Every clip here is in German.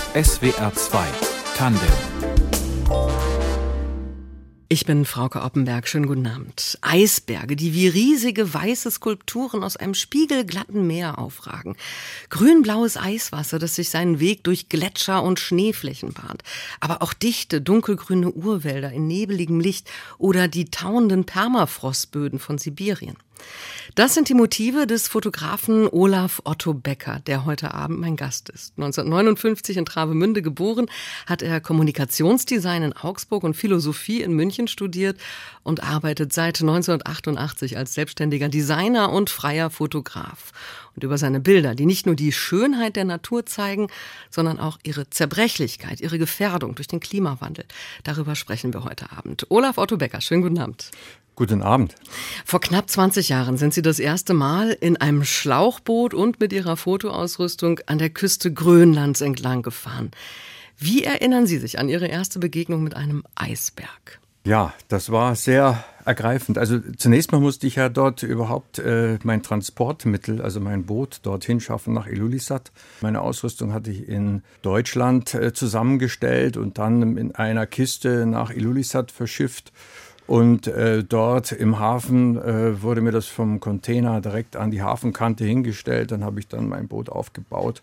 SWR 2 Tandem. Ich bin Frauke Oppenberg, schönen guten Abend. Eisberge, die wie riesige weiße Skulpturen aus einem spiegelglatten Meer aufragen. Grünblaues Eiswasser, das sich seinen Weg durch Gletscher und Schneeflächen bahnt. Aber auch dichte, dunkelgrüne Urwälder in nebeligem Licht oder die tauenden Permafrostböden von Sibirien. Das sind die Motive des Fotografen Olaf Otto Becker, der heute Abend mein Gast ist. 1959 in Travemünde geboren, hat er Kommunikationsdesign in Augsburg und Philosophie in München studiert und arbeitet seit 1988 als selbstständiger Designer und freier Fotograf. Und über seine Bilder, die nicht nur die Schönheit der Natur zeigen, sondern auch ihre Zerbrechlichkeit, ihre Gefährdung durch den Klimawandel. Darüber sprechen wir heute Abend. Olaf Otto Becker, schönen guten Abend. Guten Abend. Vor knapp 20 Jahren sind Sie das erste Mal in einem Schlauchboot und mit Ihrer Fotoausrüstung an der Küste Grönlands entlang gefahren. Wie erinnern Sie sich an Ihre erste Begegnung mit einem Eisberg? Ja, das war sehr ergreifend. Also zunächst mal musste ich ja dort überhaupt mein Transportmittel, also mein Boot, dorthin schaffen nach Ilulissat. Meine Ausrüstung hatte ich in Deutschland zusammengestellt und dann in einer Kiste nach Ilulissat verschifft. Und dort im Hafen wurde mir das vom Container direkt an die Hafenkante hingestellt. Dann habe ich dann mein Boot aufgebaut.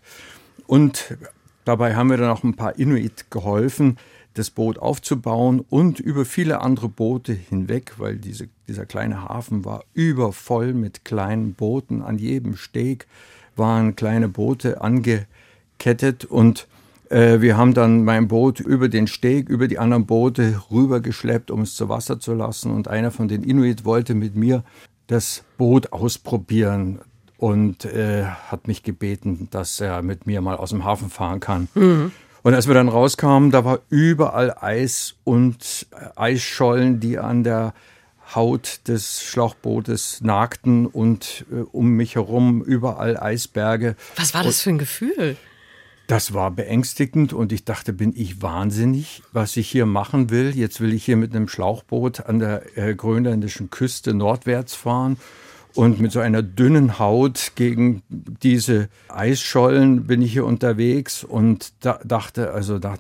Und dabei haben mir dann auch ein paar Inuit geholfen, das Boot aufzubauen und über viele andere Boote hinweg, weil dieser kleine Hafen war übervoll mit kleinen Booten. An jedem Steg waren kleine Boote angekettet und wir haben dann mein Boot über den Steg, über die anderen Boote rübergeschleppt, um es zu Wasser zu lassen. Und einer von den Inuit wollte mit mir das Boot ausprobieren und hat mich gebeten, dass er mit mir mal aus dem Hafen fahren kann. Mhm. Und als wir dann rauskamen, da war überall Eis und Eisschollen, die an der Haut des Schlauchbootes nagten und um mich herum überall Eisberge. Was war das für ein Gefühl? Das war beängstigend und ich dachte, bin ich wahnsinnig, was ich hier machen will. Jetzt will ich hier mit einem Schlauchboot an der grönländischen Küste nordwärts fahren und mit so einer dünnen Haut gegen diese Eisschollen bin ich hier unterwegs und dachte, also da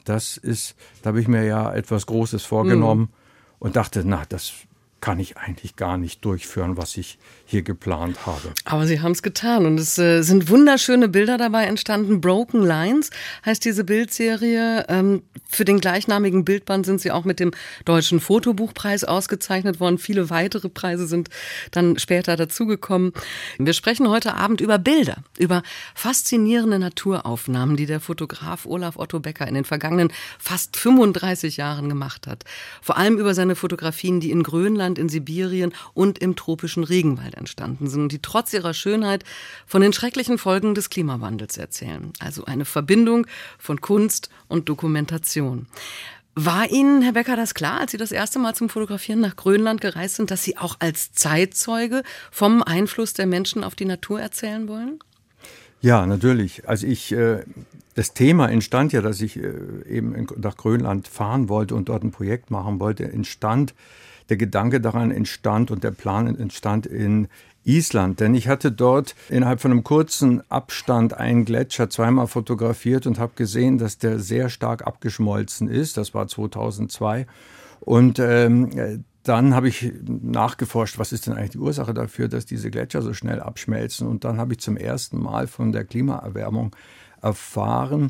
habe ich mir ja etwas Großes vorgenommen und dachte, das kann ich eigentlich gar nicht durchführen, was ich hier geplant habe. Aber Sie haben es getan und es sind wunderschöne Bilder dabei entstanden. Broken Lines heißt diese Bildserie. Für den gleichnamigen Bildband sind Sie auch mit dem Deutschen Fotobuchpreis ausgezeichnet worden. Viele weitere Preise sind dann später dazugekommen. Wir sprechen heute Abend über Bilder, über faszinierende Naturaufnahmen, die der Fotograf Olaf Otto Becker in den vergangenen fast 35 Jahren gemacht hat. Vor allem über seine Fotografien, die in Grönland, in Sibirien und im tropischen Regenwald entstanden sind und die trotz ihrer Schönheit von den schrecklichen Folgen des Klimawandels erzählen. Also eine Verbindung von Kunst und Dokumentation. War Ihnen, Herr Becker, das klar, als Sie das erste Mal zum Fotografieren nach Grönland gereist sind, dass Sie auch als Zeitzeuge vom Einfluss der Menschen auf die Natur erzählen wollen? Ja, natürlich. Also das Thema entstand ja, dass ich eben nach Grönland fahren wollte und dort ein Projekt machen wollte, der Gedanke daran entstand und der Plan entstand in Island. Denn ich hatte dort innerhalb von einem kurzen Abstand einen Gletscher zweimal fotografiert und habe gesehen, dass der sehr stark abgeschmolzen ist. Das war 2002. Und dann habe ich nachgeforscht, was ist denn eigentlich die Ursache dafür, dass diese Gletscher so schnell abschmelzen. Und dann habe ich zum ersten Mal von der Klimaerwärmung erfahren.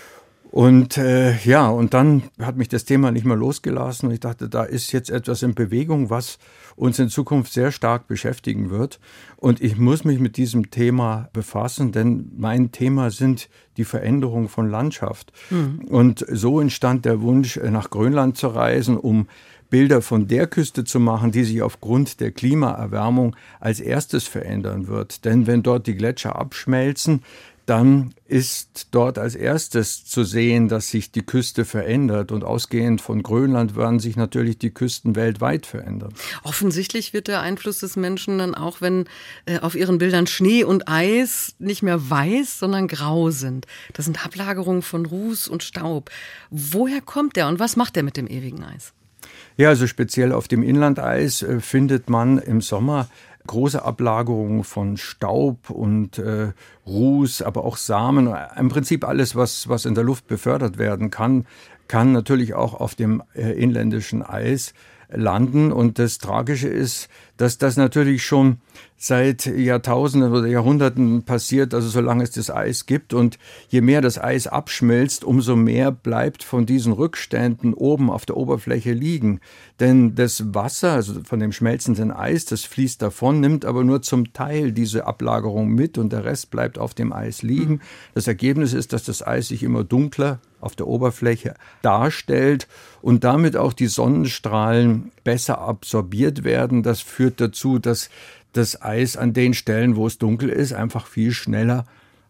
Und und dann hat mich das Thema nicht mehr losgelassen und ich dachte, da ist jetzt etwas in Bewegung, was uns in Zukunft sehr stark beschäftigen wird. Und ich muss mich mit diesem Thema befassen, denn mein Thema sind die Veränderung von Landschaft. Mhm. Und so entstand der Wunsch, nach Grönland zu reisen, um Bilder von der Küste zu machen, die sich aufgrund der Klimaerwärmung als erstes verändern wird. Denn wenn dort die Gletscher abschmelzen, dann ist dort als erstes zu sehen, dass sich die Küste verändert. Und ausgehend von Grönland werden sich natürlich die Küsten weltweit verändern. Offensichtlich wird der Einfluss des Menschen dann auch, wenn auf ihren Bildern Schnee und Eis nicht mehr weiß, sondern grau sind. Das sind Ablagerungen von Ruß und Staub. Woher kommt der und was macht der mit dem ewigen Eis? Ja, also speziell auf dem Inlandeis findet man im Sommer große Ablagerungen von Staub und Ruß, aber auch Samen. Im Prinzip alles, was in der Luft befördert werden kann natürlich auch auf dem inländischen Eis landen. Und das Tragische ist, dass das natürlich schon seit Jahrtausenden oder Jahrhunderten passiert, also solange es das Eis gibt. Und je mehr das Eis abschmilzt, umso mehr bleibt von diesen Rückständen oben auf der Oberfläche liegen. Denn das Wasser, also von dem schmelzenden Eis, das fließt davon, nimmt aber nur zum Teil diese Ablagerung mit und der Rest bleibt auf dem Eis liegen. Das Ergebnis ist, dass das Eis sich immer dunkler auf der Oberfläche darstellt und damit auch die Sonnenstrahlen besser absorbiert werden. Das führt dazu, dass das Eis an den Stellen, wo es dunkel ist, einfach viel schneller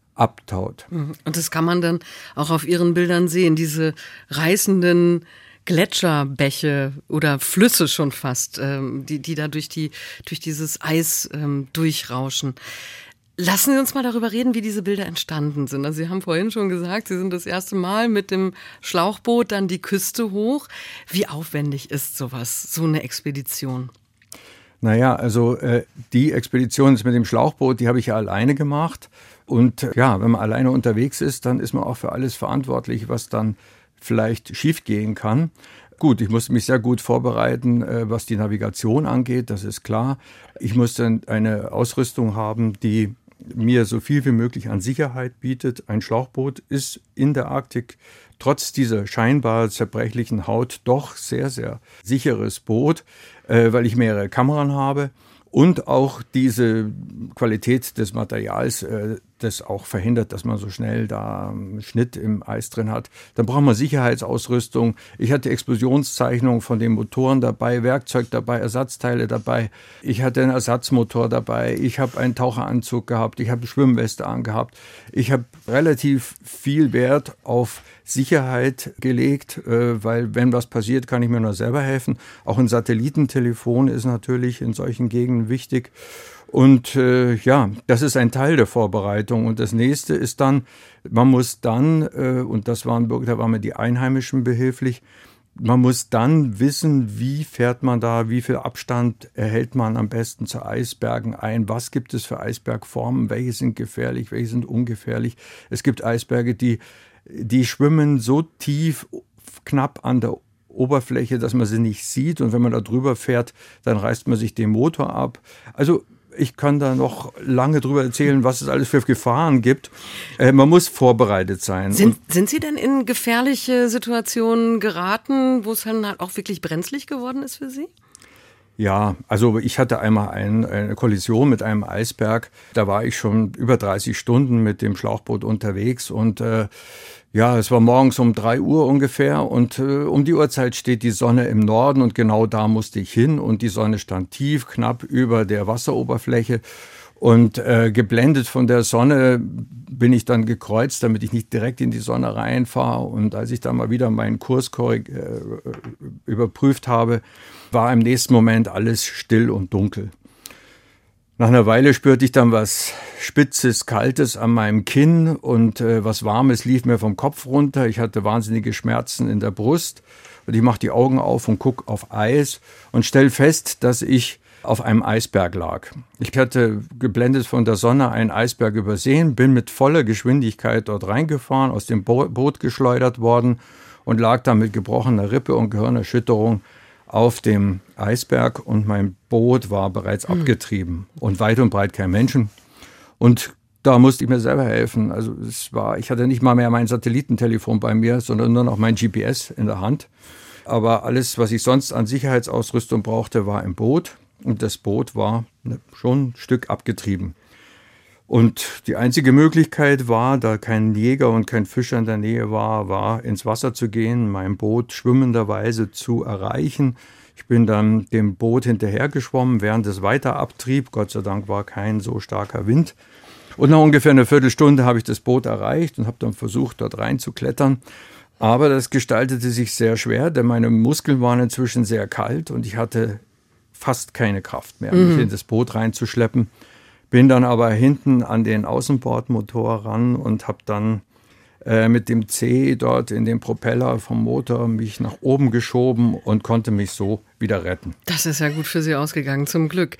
abtaut. Und das kann man dann auch auf Ihren Bildern sehen, diese reißenden Gletscherbäche oder Flüsse schon fast, die da durch dieses Eis durchrauschen. Lassen Sie uns mal darüber reden, wie diese Bilder entstanden sind. Also Sie haben vorhin schon gesagt, Sie sind das erste Mal mit dem Schlauchboot dann die Küste hoch. Wie aufwendig ist sowas, so eine Expedition? Naja, also die Expedition mit dem Schlauchboot, die habe ich ja alleine gemacht. Und ja, wenn man alleine unterwegs ist, dann ist man auch für alles verantwortlich, was dann vielleicht schiefgehen kann. Gut, ich musste mich sehr gut vorbereiten, was die Navigation angeht, das ist klar. Ich musste eine Ausrüstung haben, die mir so viel wie möglich an Sicherheit bietet. Ein Schlauchboot ist in der Arktik trotz dieser scheinbar zerbrechlichen Haut doch sehr, sehr sicheres Boot, weil ich mehrere Kameran habe und auch diese Qualität des Materials, das auch verhindert, dass man so schnell da einen Schnitt im Eis drin hat. Dann braucht man Sicherheitsausrüstung. Ich hatte Explosionszeichnungen von den Motoren dabei, Werkzeug dabei, Ersatzteile dabei. Ich hatte einen Ersatzmotor dabei. Ich habe einen Taucheranzug gehabt. Ich habe eine Schwimmweste angehabt. Ich habe relativ viel Wert auf Sicherheit gelegt, weil wenn was passiert, kann ich mir nur selber helfen. Auch ein Satellitentelefon ist natürlich in solchen Gegenden wichtig. Und ja, das ist ein Teil der Vorbereitung. Und das nächste ist dann, man muss dann, und da waren mir die Einheimischen behilflich, man muss dann wissen, wie fährt man da, wie viel Abstand erhält man am besten zu Eisbergen ein, was gibt es für Eisbergformen, welche sind gefährlich, welche sind ungefährlich. Es gibt Eisberge, die schwimmen so tief, knapp an der Oberfläche, dass man sie nicht sieht. Und wenn man da drüber fährt, dann reißt man sich den Motor ab. Also ich kann da noch lange drüber erzählen, was es alles für Gefahren gibt. Man muss vorbereitet sein. Sind Sie denn in gefährliche Situationen geraten, wo es dann halt auch wirklich brenzlig geworden ist für Sie? Ja, also ich hatte einmal eine Kollision mit einem Eisberg. Da war ich schon über 30 Stunden mit dem Schlauchboot unterwegs und ja, es war morgens um 3 Uhr ungefähr und um die Uhrzeit steht die Sonne im Norden und genau da musste ich hin und die Sonne stand tief, knapp über der Wasseroberfläche und geblendet von der Sonne bin ich dann gekreuzt, damit ich nicht direkt in die Sonne reinfahre und als ich dann mal wieder meinen Kurs überprüft habe, war im nächsten Moment alles still und dunkel. Nach einer Weile spürte ich dann was Spitzes, Kaltes an meinem Kinn und was Warmes lief mir vom Kopf runter. Ich hatte wahnsinnige Schmerzen in der Brust und ich mache die Augen auf und gucke auf Eis und stelle fest, dass ich auf einem Eisberg lag. Ich hatte geblendet von der Sonne einen Eisberg übersehen, bin mit voller Geschwindigkeit dort reingefahren, aus dem Boot geschleudert worden und lag dann mit gebrochener Rippe und Gehirnerschütterung auf dem Eisberg und mein Boot war bereits abgetrieben und weit und breit kein Menschen. Und da musste ich mir selber helfen. Also ich hatte nicht mal mehr mein Satellitentelefon bei mir, sondern nur noch mein GPS in der Hand. Aber alles, was ich sonst an Sicherheitsausrüstung brauchte, war im Boot. Und das Boot war schon ein Stück abgetrieben. Und die einzige Möglichkeit war, da kein Jäger und kein Fischer in der Nähe war ins Wasser zu gehen, mein Boot schwimmenderweise zu erreichen. Ich bin dann dem Boot hinterhergeschwommen, während es weiter abtrieb. Gott sei Dank war kein so starker Wind. Und nach ungefähr einer Viertelstunde habe ich das Boot erreicht und habe dann versucht, dort reinzuklettern. Aber das gestaltete sich sehr schwer, denn meine Muskeln waren inzwischen sehr kalt und ich hatte fast keine Kraft mehr, mich in das Boot reinzuschleppen. Bin dann aber hinten an den Außenbordmotor ran und habe dann mit dem C dort in den Propeller vom Motor mich nach oben geschoben und konnte mich so wieder retten. Das ist ja gut für Sie ausgegangen, zum Glück.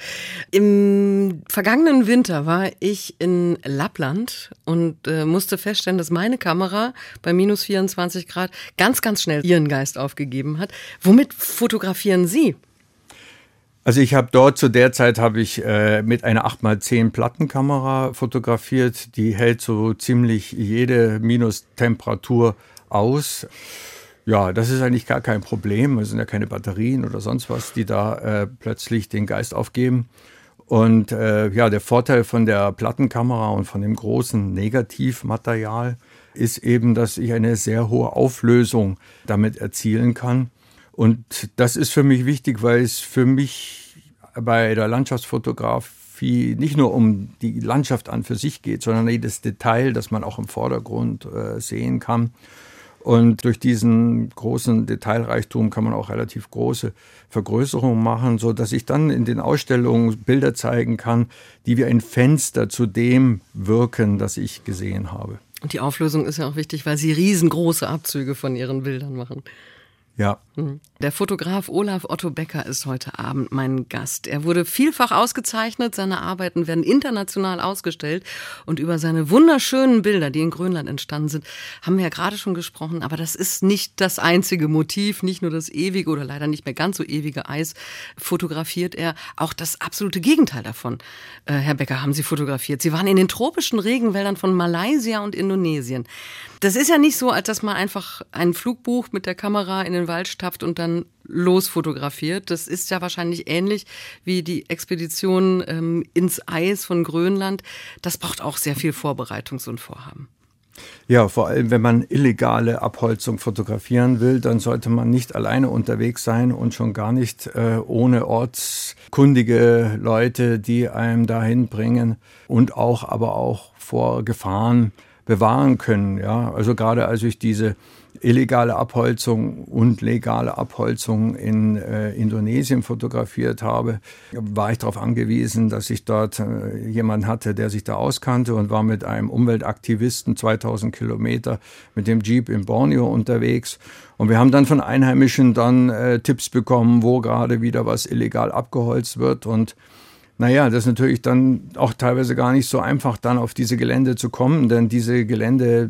Im vergangenen Winter war ich in Lappland und musste feststellen, dass meine Kamera bei minus 24 Grad ganz, ganz schnell ihren Geist aufgegeben hat. Womit fotografieren Sie? Also ich habe dort zu der Zeit mit einer 8x10 Plattenkamera fotografiert. Die hält so ziemlich jede Minustemperatur aus. Ja, das ist eigentlich gar kein Problem. Es sind ja keine Batterien oder sonst was, die da plötzlich den Geist aufgeben. Und der Vorteil von der Plattenkamera und von dem großen Negativmaterial ist eben, dass ich eine sehr hohe Auflösung damit erzielen kann. Und das ist für mich wichtig, weil es für mich bei der Landschaftsfotografie nicht nur um die Landschaft an für sich geht, sondern jedes Detail, das man auch im Vordergrund sehen kann. Und durch diesen großen Detailreichtum kann man auch relativ große Vergrößerungen machen, sodass ich dann in den Ausstellungen Bilder zeigen kann, die wie ein Fenster zu dem wirken, das ich gesehen habe. Und die Auflösung ist ja auch wichtig, weil Sie riesengroße Abzüge von Ihren Bildern machen. Ja. Der Fotograf Olaf Otto Becker ist heute Abend mein Gast. Er wurde vielfach ausgezeichnet, seine Arbeiten werden international ausgestellt und über seine wunderschönen Bilder, die in Grönland entstanden sind, haben wir ja gerade schon gesprochen, aber das ist nicht das einzige Motiv, nicht nur das ewige oder leider nicht mehr ganz so ewige Eis fotografiert er, auch das absolute Gegenteil davon. Herr Becker, haben Sie fotografiert. Sie waren in den tropischen Regenwäldern von Malaysia und Indonesien. Das ist ja nicht so, als dass man einfach einen Flug bucht, mit der Kamera in den Wald stapft und dann losfotografiert. Das ist ja wahrscheinlich ähnlich wie die Expedition ins Eis von Grönland. Das braucht auch sehr viel Vorbereitungs- und Vorhaben. Ja, vor allem, wenn man illegale Abholzung fotografieren will, dann sollte man nicht alleine unterwegs sein und schon gar nicht ohne ortskundige Leute, die einem dahin bringen und aber auch vor Gefahren bewahren können. Ja, also gerade als ich diese illegale Abholzung und legale Abholzung in Indonesien fotografiert habe, war ich darauf angewiesen, dass ich dort jemanden hatte, der sich da auskannte und war mit einem Umweltaktivisten 2000 Kilometer mit dem Jeep in Borneo unterwegs. Und wir haben dann von Einheimischen Tipps bekommen, wo gerade wieder was illegal abgeholzt wird. Und naja, das ist natürlich dann auch teilweise gar nicht so einfach, dann auf diese Gelände zu kommen, denn diese Gelände,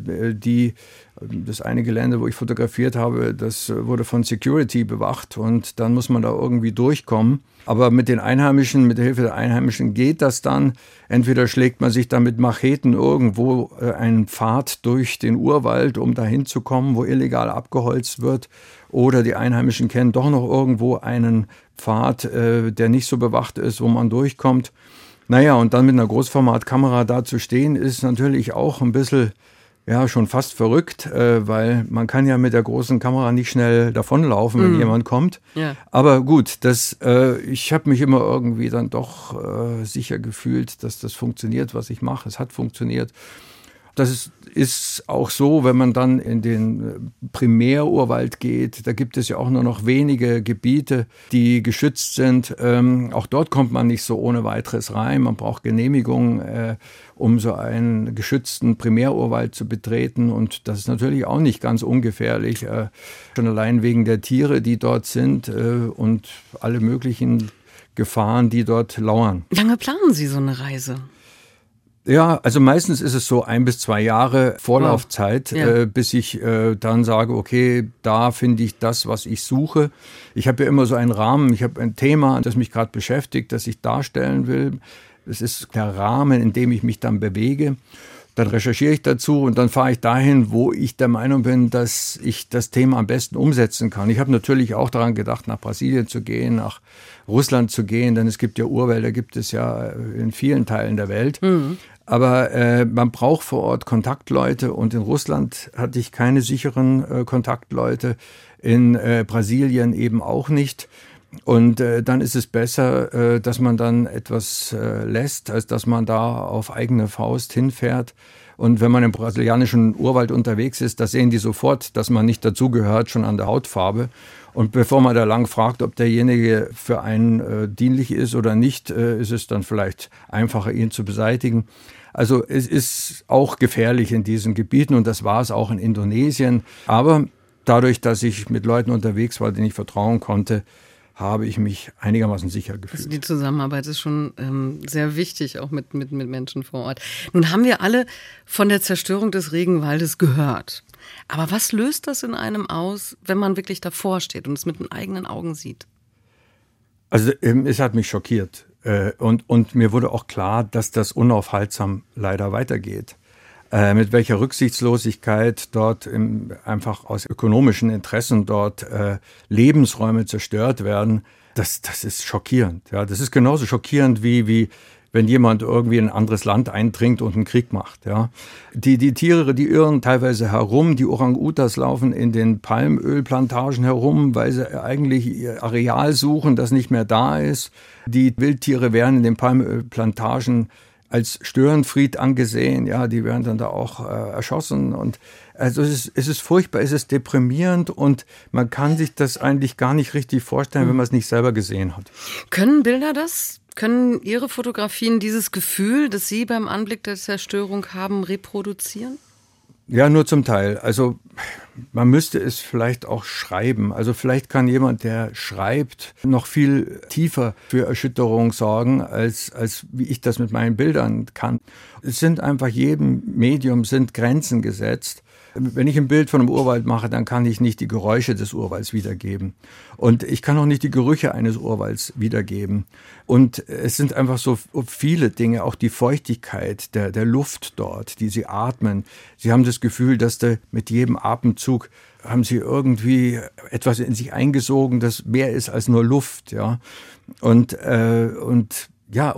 das eine Gelände, wo ich fotografiert habe, das wurde von Security bewacht und dann muss man da irgendwie durchkommen. Aber mit den Einheimischen, mit der Hilfe der Einheimischen geht das dann. Entweder schlägt man sich dann mit Macheten irgendwo einen Pfad durch den Urwald, um dahin zu kommen, wo illegal abgeholzt wird. Oder die Einheimischen kennen doch noch irgendwo einen Pfad, der nicht so bewacht ist, wo man durchkommt. Naja, und dann mit einer Großformatkamera da zu stehen, ist natürlich auch ein bisschen, ja, schon fast verrückt, weil man kann ja mit der großen Kamera nicht schnell davonlaufen, wenn jemand kommt. Ja. Aber gut, ich habe mich immer irgendwie dann doch sicher gefühlt, dass das funktioniert, was ich mache. Es hat funktioniert. Das ist auch so, wenn man dann in den Primärurwald geht, da gibt es ja auch nur noch wenige Gebiete, die geschützt sind. Auch dort kommt man nicht so ohne weiteres rein. Man braucht Genehmigungen, um so einen geschützten Primärurwald zu betreten. Und das ist natürlich auch nicht ganz ungefährlich, schon allein wegen der Tiere, die dort sind und alle möglichen Gefahren, die dort lauern. Wie lange planen Sie so eine Reise? Ja, also meistens ist es so 1 bis 2 Jahre Vorlaufzeit, bis ich dann sage, okay, da finde ich das, was ich suche. Ich habe ja immer so einen Rahmen, ich habe ein Thema, das mich gerade beschäftigt, das ich darstellen will. Es ist der Rahmen, in dem ich mich dann bewege. Dann recherchiere ich dazu und dann fahre ich dahin, wo ich der Meinung bin, dass ich das Thema am besten umsetzen kann. Ich habe natürlich auch daran gedacht, nach Brasilien zu gehen, nach Russland zu gehen, denn es gibt ja Urwälder, gibt es ja in vielen Teilen der Welt. Mhm. Aber man braucht vor Ort Kontaktleute und in Russland hatte ich keine sicheren Kontaktleute, in Brasilien eben auch nicht. Und dann ist es besser, dass man dann etwas lässt, als dass man da auf eigene Faust hinfährt. Und wenn man im brasilianischen Urwald unterwegs ist, da sehen die sofort, dass man nicht dazugehört, schon an der Hautfarbe. Und bevor man da lang fragt, ob derjenige für einen dienlich ist oder nicht, ist es dann vielleicht einfacher, ihn zu beseitigen. Also es ist auch gefährlich in diesen Gebieten und das war es auch in Indonesien. Aber dadurch, dass ich mit Leuten unterwegs war, denen ich vertrauen konnte, habe ich mich einigermaßen sicher gefühlt. Also die Zusammenarbeit ist schon sehr wichtig, auch mit Menschen vor Ort. Nun haben wir alle von der Zerstörung des Regenwaldes gehört. Aber was löst das in einem aus, wenn man wirklich davor steht und es mit den eigenen Augen sieht? Also es hat mich schockiert. Und mir wurde auch klar, dass das unaufhaltsam leider weitergeht. Mit welcher Rücksichtslosigkeit dort einfach aus ökonomischen Interessen dort Lebensräume zerstört werden, das ist schockierend. Ja, das ist genauso schockierend wie wenn jemand irgendwie in ein anderes Land eindringt und einen Krieg macht. Ja. Die Tiere, die irren teilweise herum, die Orang-Utas laufen in den Palmölplantagen herum, weil sie eigentlich ihr Areal suchen, das nicht mehr da ist. Die Wildtiere werden in den Palmölplantagen als Störenfried angesehen, ja, die werden dann da auch erschossen und also es ist furchtbar, es ist deprimierend und man kann sich das eigentlich gar nicht richtig vorstellen, wenn man es nicht selber gesehen hat. Können Bilder das? Können Ihre Fotografien dieses Gefühl, das Sie beim Anblick der Zerstörung haben, reproduzieren? Ja, nur zum Teil. Also man müsste es vielleicht auch schreiben. Also vielleicht kann jemand, der schreibt, noch viel tiefer für Erschütterung sorgen, als wie ich das mit meinen Bildern kann. Es sind einfach jedem Medium sind Grenzen gesetzt. Wenn ich ein Bild von einem Urwald mache, dann kann ich nicht die Geräusche des Urwalds wiedergeben. Und ich kann auch nicht die Gerüche eines Urwalds wiedergeben. Und es sind einfach so viele Dinge, auch die Feuchtigkeit der Luft dort, die sie atmen. Sie haben das Gefühl, dass mit jedem Atemzug haben sie irgendwie etwas in sich eingesogen, das mehr ist als nur Luft. Ja. Und ja,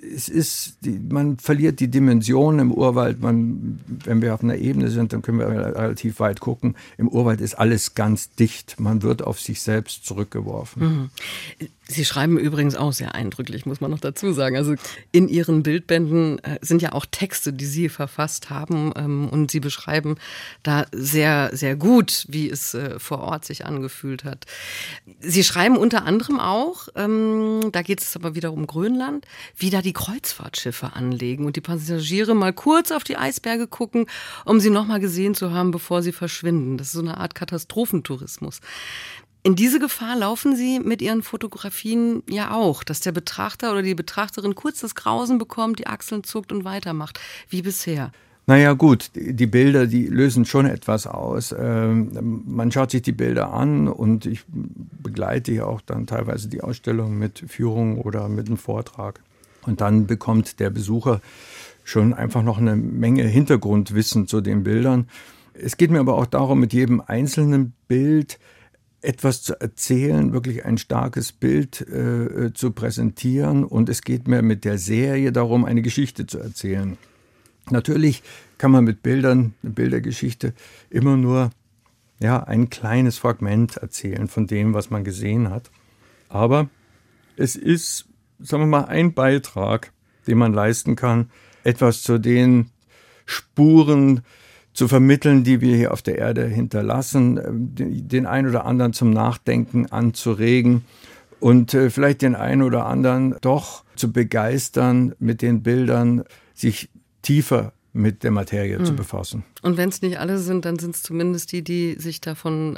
man verliert die Dimension im Urwald. Wenn wir auf einer Ebene sind, dann können wir relativ weit gucken. Im Urwald ist alles ganz dicht. Man wird auf sich selbst zurückgeworfen. Mhm. Sie schreiben übrigens auch sehr eindrücklich, muss man noch dazu sagen. Also in Ihren Bildbänden sind ja auch Texte, die Sie verfasst haben, und Sie beschreiben da sehr, sehr gut, wie es vor Ort sich angefühlt hat. Sie schreiben unter anderem auch, da geht es aber wieder um Grönland, wie da die Kreuzfahrtschiffe anlegen und die Passagiere mal kurz auf die Eisberge gucken, um sie nochmal gesehen zu haben, bevor sie verschwinden. Das ist so eine Art Katastrophentourismus. In diese Gefahr laufen Sie mit Ihren Fotografien ja auch, dass der Betrachter oder die Betrachterin kurz das Grausen bekommt, die Achseln zuckt und weitermacht, wie bisher. Naja gut, die Bilder, die lösen schon etwas aus. Man schaut sich die Bilder an und ich begleite ja auch dann teilweise die Ausstellung mit Führung oder mit einem Vortrag. Und dann bekommt der Besucher schon einfach noch eine Menge Hintergrundwissen zu den Bildern. Es geht mir aber auch darum, mit jedem einzelnen Bild etwas zu erzählen, wirklich ein starkes Bild zu präsentieren. Und es geht mir mit der Serie darum, eine Geschichte zu erzählen. Natürlich kann man mit Bildern, eine Bildergeschichte, immer nur ein kleines Fragment erzählen von dem, was man gesehen hat. Aber es ist, sagen wir mal, ein Beitrag, den man leisten kann, etwas zu den Spuren zu vermitteln, die wir hier auf der Erde hinterlassen, den einen oder anderen zum Nachdenken anzuregen und vielleicht den einen oder anderen doch zu begeistern, mit den Bildern sich tiefer mit der Materie zu befassen. Und wenn es nicht alle sind, dann sind es zumindest die sich davon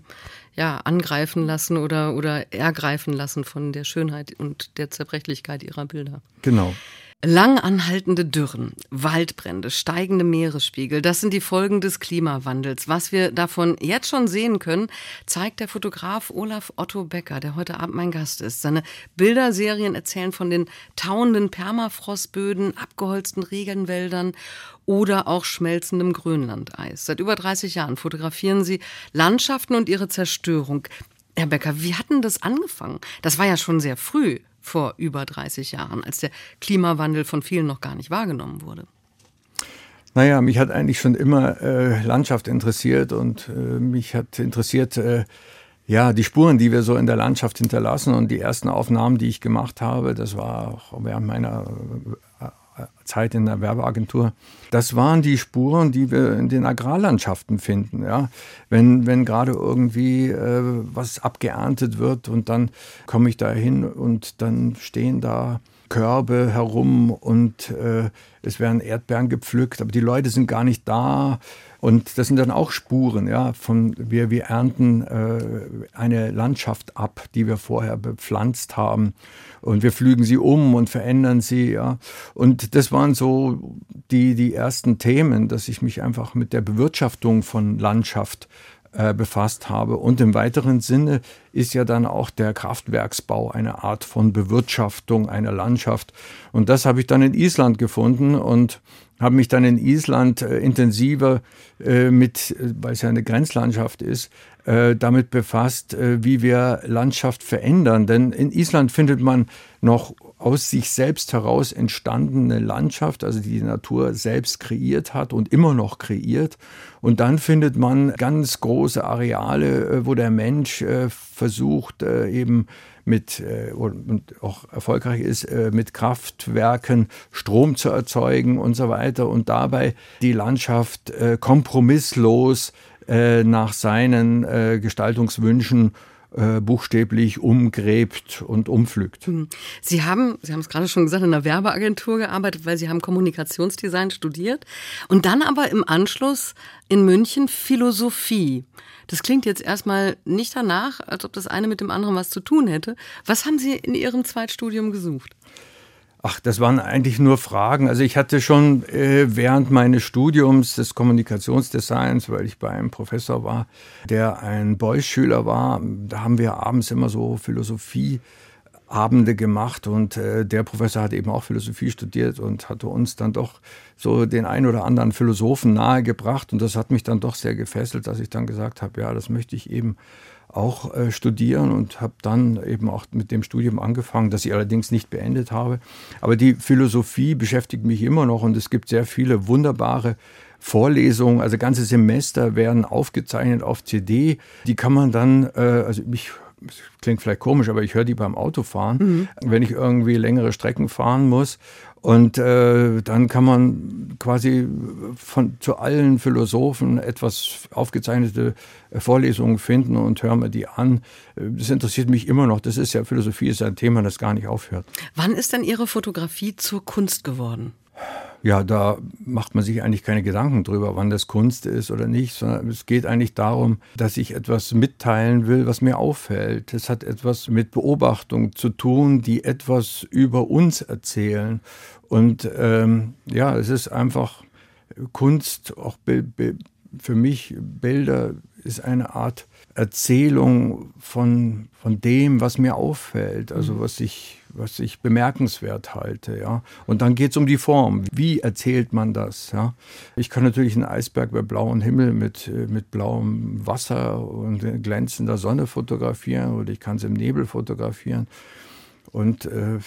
angreifen lassen oder ergreifen lassen von der Schönheit und der Zerbrechlichkeit ihrer Bilder. Genau. Lang anhaltende Dürren, Waldbrände, steigende Meeresspiegel, das sind die Folgen des Klimawandels. Was wir davon jetzt schon sehen können, zeigt der Fotograf Olaf Otto Becker, der heute Abend mein Gast ist. Seine Bilderserien erzählen von den tauenden Permafrostböden, abgeholzten Regenwäldern oder auch schmelzendem Grönlandeis. Seit über 30 Jahren fotografieren sie Landschaften und ihre Zerstörung. Herr Becker, wie hat denn das angefangen? Das war ja schon sehr früh. Vor über 30 Jahren, als der Klimawandel von vielen noch gar nicht wahrgenommen wurde. Naja, mich hat eigentlich schon immer Landschaft interessiert und mich hat interessiert, die Spuren, die wir so in der Landschaft hinterlassen und die ersten Aufnahmen, die ich gemacht habe, das war auch während meiner Zeit in der Werbeagentur. Das waren die Spuren, die wir in den Agrarlandschaften finden. Ja? Wenn gerade irgendwie was abgeerntet wird und dann komme ich da hin und dann stehen da Körbe herum und es werden Erdbeeren gepflückt, aber die Leute sind gar nicht da. Und das sind dann auch Spuren, ja, wir ernten eine Landschaft ab, die wir vorher bepflanzt haben. Und wir pflügen sie um und verändern sie, ja. Und das waren so die ersten Themen, dass ich mich einfach mit der Bewirtschaftung von Landschaft befasst habe. Und im weiteren Sinne ist ja dann auch der Kraftwerksbau eine Art von Bewirtschaftung einer Landschaft. Und das habe ich dann in Island gefunden und habe mich dann in Island intensiver weil es ja eine Grenzlandschaft ist, damit befasst, wie wir Landschaft verändern. Denn in Island findet man noch aus sich selbst heraus entstandene Landschaft, also die Natur selbst kreiert hat und immer noch kreiert. Und dann findet man ganz große Areale, wo der Mensch versucht, eben und auch erfolgreich ist, mit Kraftwerken Strom zu erzeugen und so weiter und dabei die Landschaft kompromisslos nach seinen Gestaltungswünschen buchstäblich umgräbt und umpflückt. Sie haben es gerade schon gesagt, in einer Werbeagentur gearbeitet, weil Sie haben Kommunikationsdesign studiert und dann aber im Anschluss in München Philosophie. Das klingt jetzt erstmal nicht danach, als ob das eine mit dem anderen was zu tun hätte. Was haben Sie in Ihrem Zweitstudium gesucht? Ach, das waren eigentlich nur Fragen. Also ich hatte schon während meines Studiums des Kommunikationsdesigns, weil ich bei einem Professor war, der ein Beuys-Schüler war, da haben wir abends immer so Philosophieabende gemacht und der Professor hat eben auch Philosophie studiert und hatte uns dann doch so den ein oder anderen Philosophen nahegebracht und das hat mich dann doch sehr gefesselt, dass ich dann gesagt habe, ja, das möchte ich eben auch studieren und habe dann eben auch mit dem Studium angefangen, das ich allerdings nicht beendet habe. Aber die Philosophie beschäftigt mich immer noch und es gibt sehr viele wunderbare Vorlesungen, also ganze Semester werden aufgezeichnet auf CD. Die kann man dann, das klingt vielleicht komisch, aber ich höre die beim Autofahren, wenn ich irgendwie längere Strecken fahren muss. Und dann kann man quasi zu allen Philosophen etwas aufgezeichnete Vorlesungen finden und hören wir die an. Das interessiert mich immer noch. Philosophie ist ja ein Thema, das gar nicht aufhört. Wann ist denn Ihre Fotografie zur Kunst geworden? Ja, da macht man sich eigentlich keine Gedanken drüber, wann das Kunst ist oder nicht, sondern es geht eigentlich darum, dass ich etwas mitteilen will, was mir auffällt. Es hat etwas mit Beobachtung zu tun, die etwas über uns erzählen. Und es ist einfach Kunst, auch für mich Bilder ist eine Art Erzählung von dem, was mir auffällt, also was ich bemerkenswert halte, ja. Und dann geht es um die Form. Wie erzählt man das, ja? Ich kann natürlich einen Eisberg bei blauem Himmel mit blauem Wasser und glänzender Sonne fotografieren oder ich kann es im Nebel fotografieren. Und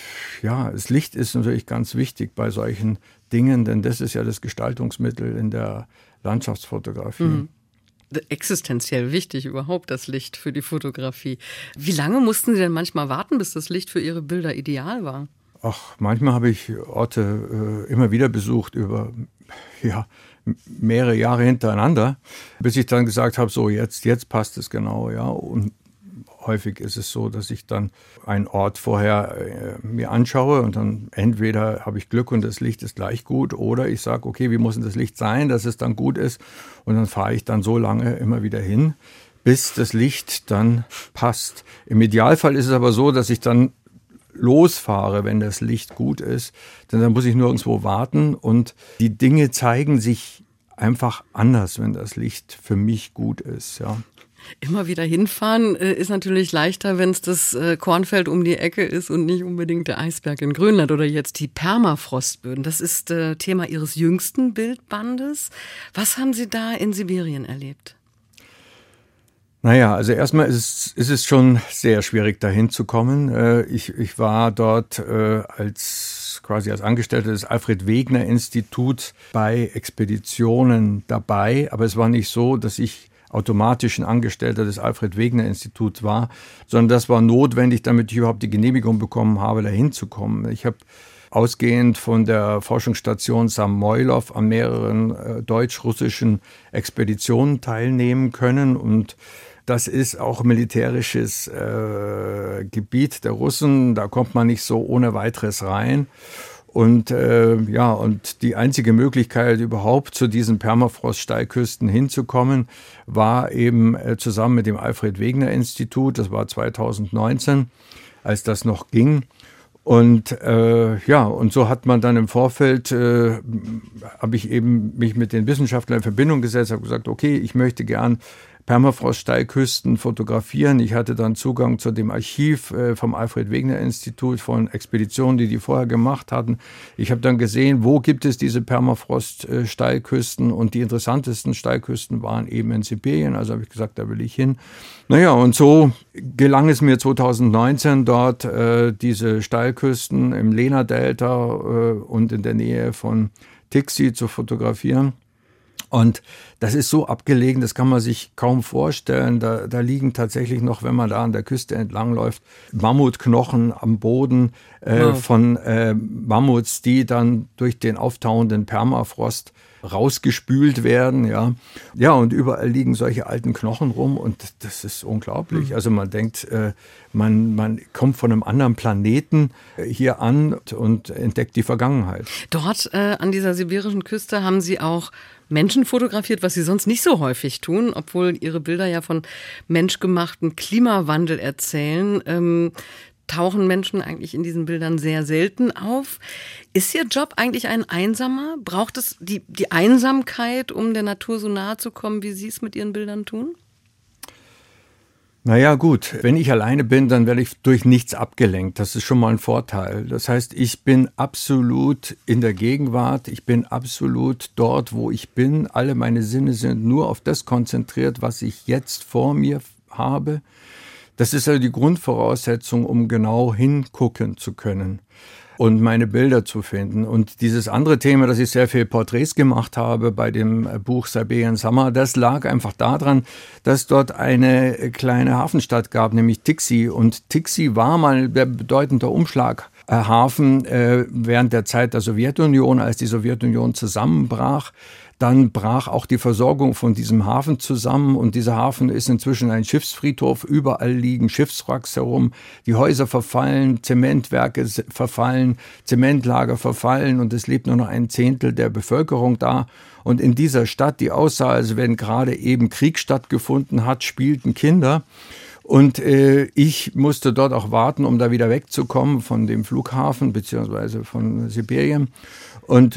das Licht ist natürlich ganz wichtig bei solchen Dingen, denn das ist ja das Gestaltungsmittel in der Landschaftsfotografie. Mhm. Existenziell wichtig überhaupt, das Licht für die Fotografie. Wie lange mussten Sie denn manchmal warten, bis das Licht für Ihre Bilder ideal war? Ach, manchmal habe ich Orte immer wieder besucht über mehrere Jahre hintereinander, bis ich dann gesagt habe, so jetzt passt es genau, ja. Und häufig ist es so, dass ich dann einen Ort vorher mir anschaue und dann entweder habe ich Glück und das Licht ist gleich gut oder ich sage, okay, wie muss denn das Licht sein, dass es dann gut ist und dann fahre ich dann so lange immer wieder hin, bis das Licht dann passt. Im Idealfall ist es aber so, dass ich dann losfahre, wenn das Licht gut ist, denn dann muss ich nirgendwo warten und die Dinge zeigen sich einfach anders, wenn das Licht für mich gut ist, ja. Immer wieder hinfahren ist natürlich leichter, wenn es das Kornfeld um die Ecke ist und nicht unbedingt der Eisberg in Grönland oder jetzt die Permafrostböden. Das ist Thema Ihres jüngsten Bildbandes. Was haben Sie da in Sibirien erlebt? Naja, also erstmal ist es schon sehr schwierig, dahin zu kommen. Ich war dort als Angestellter des Alfred-Wegener-Instituts bei Expeditionen dabei, aber es war nicht so, dass ich automatisch ein Angestellter des Alfred-Wegener-Instituts war, sondern das war notwendig, damit ich überhaupt die Genehmigung bekommen habe, dahin zu kommen. Ich habe ausgehend von der Forschungsstation Samoilov an mehreren deutsch-russischen Expeditionen teilnehmen können und Das ist auch militärisches Gebiet der Russen. Da kommt man nicht so ohne weiteres rein. Und und die einzige Möglichkeit überhaupt zu diesen Permafrost-Steilküsten hinzukommen, war eben zusammen mit dem Alfred-Wegener-Institut. Das war 2019, als das noch ging. Und und so hat man dann im Vorfeld, habe ich eben mich mit den Wissenschaftlern in Verbindung gesetzt, habe gesagt, okay, ich möchte gern Permafrost-Steilküsten fotografieren. Ich hatte dann Zugang zu dem Archiv vom Alfred-Wegener-Institut von Expeditionen, die vorher gemacht hatten. Ich habe dann gesehen, wo gibt es diese Permafrost-Steilküsten, und die interessantesten Steilküsten waren eben in Sibirien. Also habe ich gesagt, da will ich hin. Naja, und so gelang es mir 2019 dort diese Steilküsten im Lena-Delta und in der Nähe von Tixi zu fotografieren. Und das ist so abgelegen, das kann man sich kaum vorstellen. Da liegen tatsächlich noch, wenn man da an der Küste entlangläuft, Mammutknochen am Boden von Mammuts, die dann durch den auftauenden Permafrost rausgespült werden. Ja, und überall liegen solche alten Knochen rum, und das ist unglaublich. Also man denkt, man kommt von einem anderen Planeten hier an und entdeckt die Vergangenheit. Dort an dieser sibirischen Küste haben Sie auch Menschen fotografiert, was Sie sonst nicht so häufig tun, obwohl Ihre Bilder ja von menschgemachten Klimawandel erzählen. Tauchen Menschen eigentlich in diesen Bildern sehr selten auf. Ist Ihr Job eigentlich ein einsamer? Braucht es die Einsamkeit, um der Natur so nahe zu kommen, wie Sie es mit Ihren Bildern tun? Naja, gut, wenn ich alleine bin, dann werde ich durch nichts abgelenkt. Das ist schon mal ein Vorteil. Das heißt, ich bin absolut in der Gegenwart. Ich bin absolut dort, wo ich bin. Alle meine Sinne sind nur auf das konzentriert, was ich jetzt vor mir habe. Das ist also die Grundvoraussetzung, um genau hingucken zu können und meine Bilder zu finden. Und dieses andere Thema, dass ich sehr viele Porträts gemacht habe bei dem Buch Siberian Summer, das lag einfach daran, dass dort eine kleine Hafenstadt gab, nämlich Tixi. Und Tixi war mal der bedeutende Umschlaghafen während der Zeit der Sowjetunion, als die Sowjetunion zusammenbrach. Dann brach auch die Versorgung von diesem Hafen zusammen, und dieser Hafen ist inzwischen ein Schiffsfriedhof. Überall liegen Schiffswracks herum, die Häuser verfallen, Zementwerke verfallen, Zementlager verfallen, und es lebt nur noch ein Zehntel der Bevölkerung da. Und in dieser Stadt, die aussah, als wenn gerade eben Krieg stattgefunden hat, spielten Kinder. Und ich musste dort auch warten, um da wieder wegzukommen von dem Flughafen beziehungsweise von Sibirien. Und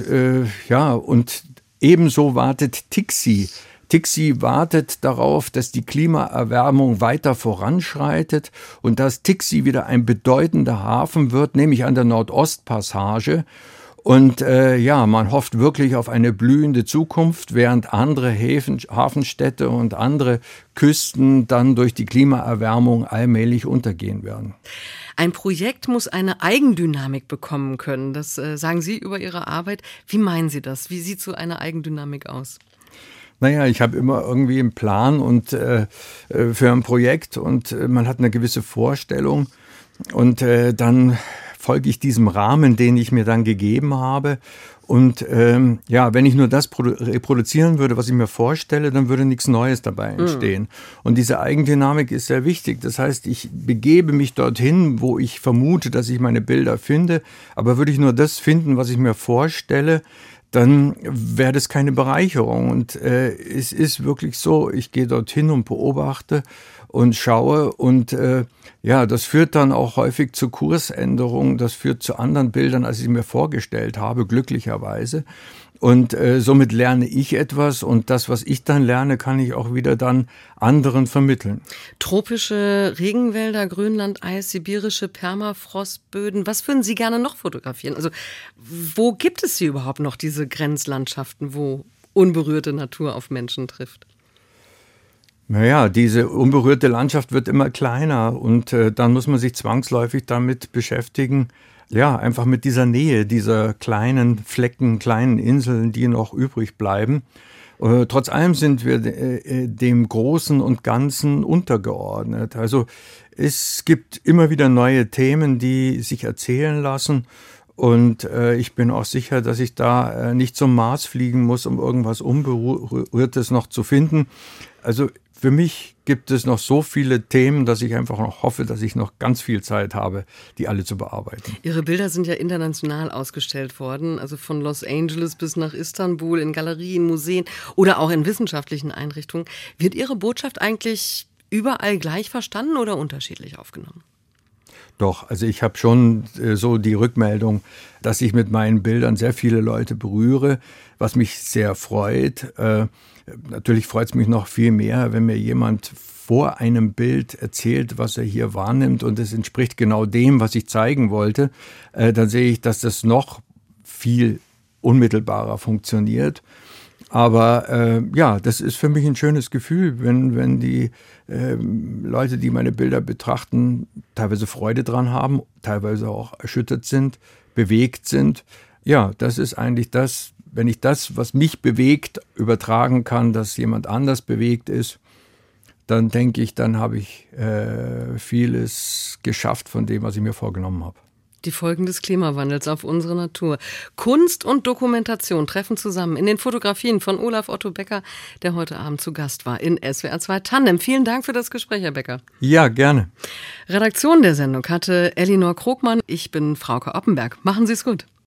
ebenso wartet Tixi. Tixi wartet darauf, dass die Klimaerwärmung weiter voranschreitet und dass Tixi wieder ein bedeutender Hafen wird, nämlich an der Nordostpassage. Und man hofft wirklich auf eine blühende Zukunft, während andere Hafenstädte und andere Küsten dann durch die Klimaerwärmung allmählich untergehen werden. Ein Projekt muss eine Eigendynamik bekommen können. Das sagen Sie über Ihre Arbeit. Wie meinen Sie das? Wie sieht so eine Eigendynamik aus? Naja, ich habe immer irgendwie einen Plan und für ein Projekt, und man hat eine gewisse Vorstellung, und dann folge ich diesem Rahmen, den ich mir dann gegeben habe. Und wenn ich nur das reproduzieren würde, was ich mir vorstelle, dann würde nichts Neues dabei entstehen. Und diese Eigendynamik ist sehr wichtig. Das heißt, ich begebe mich dorthin, wo ich vermute, dass ich meine Bilder finde. Aber würde ich nur das finden, was ich mir vorstelle, dann wäre das keine Bereicherung. Und es ist wirklich so, ich gehe dorthin und beobachte und schaue, und das führt dann auch häufig zu Kursänderungen, das führt zu anderen Bildern, als ich mir vorgestellt habe, glücklicherweise. Und somit lerne ich etwas, und das, was ich dann lerne, kann ich auch wieder dann anderen vermitteln. Tropische Regenwälder, Grönlandeis, sibirische Permafrostböden, was würden Sie gerne noch fotografieren? Also wo gibt es sie überhaupt noch, diese Grenzlandschaften, wo unberührte Natur auf Menschen trifft? Naja, diese unberührte Landschaft wird immer kleiner, und dann muss man sich zwangsläufig damit beschäftigen, einfach mit dieser Nähe, dieser kleinen Flecken, kleinen Inseln, die noch übrig bleiben. Trotz allem sind wir dem Großen und Ganzen untergeordnet. Also es gibt immer wieder neue Themen, die sich erzählen lassen. Und ich bin auch sicher, dass ich da nicht zum Mars fliegen muss, um irgendwas Unberührtes noch zu finden. Also für mich gibt es noch so viele Themen, dass ich einfach noch hoffe, dass ich noch ganz viel Zeit habe, die alle zu bearbeiten. Ihre Bilder sind ja international ausgestellt worden, also von Los Angeles bis nach Istanbul, in Galerien, Museen oder auch in wissenschaftlichen Einrichtungen. Wird Ihre Botschaft eigentlich überall gleich verstanden oder unterschiedlich aufgenommen? Doch, also ich habe schon so die Rückmeldung, dass ich mit meinen Bildern sehr viele Leute berühre, was mich sehr freut. Natürlich freut es mich noch viel mehr, wenn mir jemand vor einem Bild erzählt, was er hier wahrnimmt und es entspricht genau dem, was ich zeigen wollte. Dann sehe ich, dass das noch viel unmittelbarer funktioniert. Aber ja, das ist für mich ein schönes Gefühl, wenn die Leute, die meine Bilder betrachten, teilweise Freude dran haben, teilweise auch erschüttert sind, bewegt sind. Ja, das ist eigentlich das, wenn ich das, was mich bewegt, übertragen kann, dass jemand anders bewegt ist, dann denke ich, dann habe ich vieles geschafft von dem, was ich mir vorgenommen habe. Die Folgen des Klimawandels auf unsere Natur. Kunst und Dokumentation treffen zusammen in den Fotografien von Olaf Otto Becker, der heute Abend zu Gast war in SWR 2 Tandem. Vielen Dank für das Gespräch, Herr Becker. Ja, gerne. Redaktion der Sendung hatte Elinor Krogmann. Ich bin Frauke Oppenberg. Machen Sie es gut.